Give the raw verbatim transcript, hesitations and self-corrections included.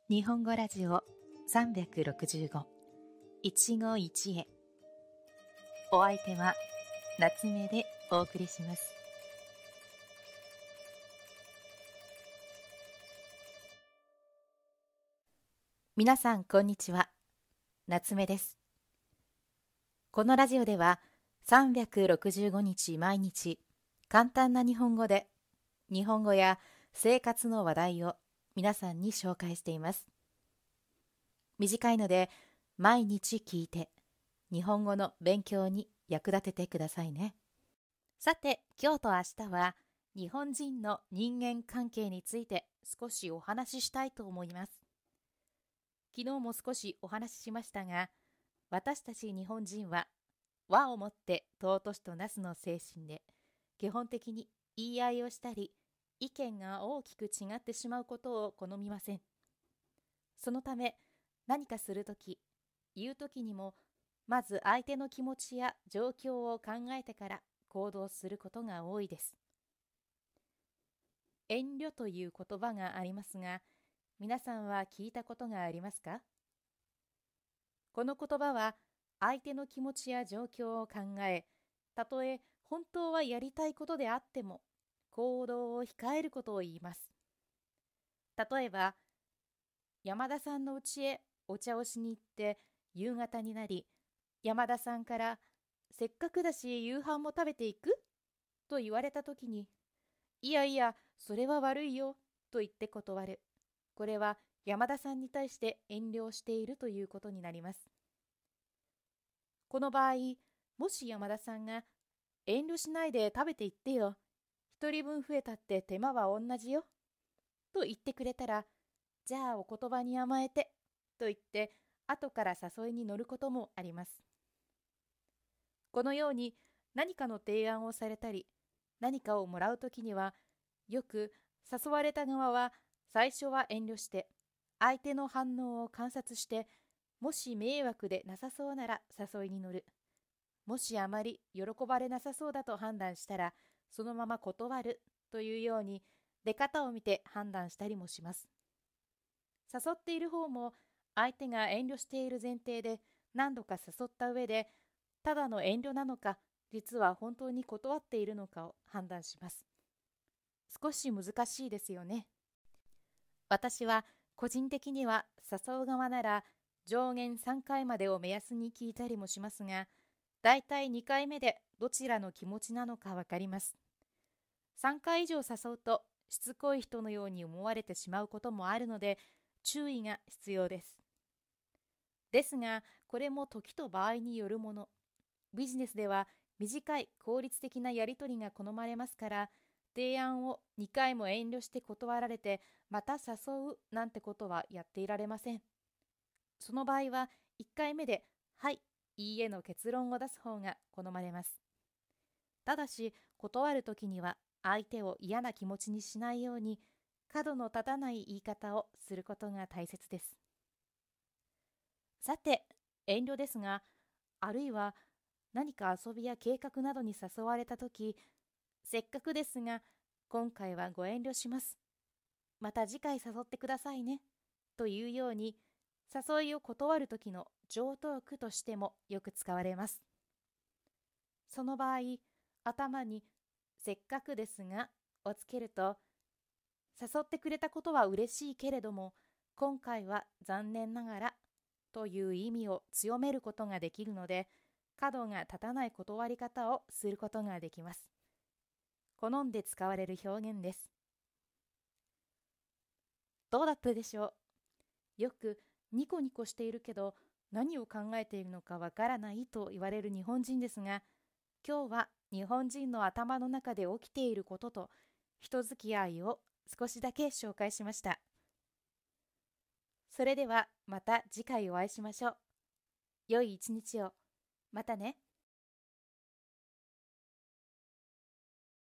日本語ラジオさんびゃくろくじゅうご一期一会。お相手は夏目でお送りします。皆さんこんにちは、夏目です。このラジオではさんびゃくろくじゅうごにち毎日簡単な日本語で日本語や生活の話題を皆さんに紹介しています。短いので毎日聞いて日本語の勉強に役立ててくださいね。さて、今日と明日は日本人の人間関係について少しお話ししたいと思います。昨日も少しお話ししましたが、私たち日本人は和をもって尊しとなすの精神で、基本的に言い合いをしたり、意見が大きく違ってしまうことを好みません。そのため、何かするとき、言うときにも、まず相手の気持ちや状況を考えてから行動することが多いです。遠慮という言葉がありますが、皆さんは聞いたことがありますか？この言葉は、相手の気持ちや状況を考え、たとえ本当はやりたいことであっても、行動を控えることを言います。例えば、山田さんの家へお茶をしに行って夕方になり、山田さんからせっかくだし夕飯も食べていくと言われたときに、いやいや、それは悪いよと言って断る。これは山田さんに対して遠慮しているということになります。この場合、もし山田さんが遠慮しないで食べていってよ、一人分増えたって手間は同じよと言ってくれたら、じゃあお言葉に甘えてと言って後から誘いに乗ることもあります。このように何かの提案をされたり何かをもらうときには、よく誘われた側は最初は遠慮して相手の反応を観察して、もし迷惑でなさそうなら誘いに乗る。もしあまり喜ばれなさそうだと判断したらそのまま断るというように出方を見て判断したりもします。誘っている方も相手が遠慮している前提で何度か誘った上で、ただの遠慮なのか実は本当に断っているのかを判断します。少し難しいですよね。私は個人的には誘う側なら上限さんかいまでを目安に聞いたりもしますが、だいたいにかいめでどちらの気持ちなのかわかります。さんかい以上誘うとしつこい人のように思われてしまうこともあるので、注意が必要です。ですが、これも時と場合によるもの。ビジネスでは短い効率的なやり取りが好まれますから、提案をにかいも遠慮して断られて、また誘うなんてことはやっていられません。その場合はいっかいめで、はい、いいえの結論を出す方が好まれます。ただし、断るときには相手を嫌な気持ちにしないように、角の立たない言い方をすることが大切です。さて、遠慮ですが、あるいは何か遊びや計画などに誘われたとき、せっかくですが、今回はご遠慮します。また次回誘ってくださいね。というように、誘いを断るときの常套句としてもよく使われます。その場合、頭にせっかくですがをつけると、誘ってくれたことは嬉しいけれども、今回は残念ながらという意味を強めることができるので、角が立たない断り方をすることができます。好んで使われる表現です。どうだったでしょう？よくニコニコしているけど何を考えているのかわからないと言われる日本人ですが、今日は日本人の頭の中で起きていることと人付き合いを少しだけ紹介しました。それではまた次回お会いしましょう。良い一日を。またね。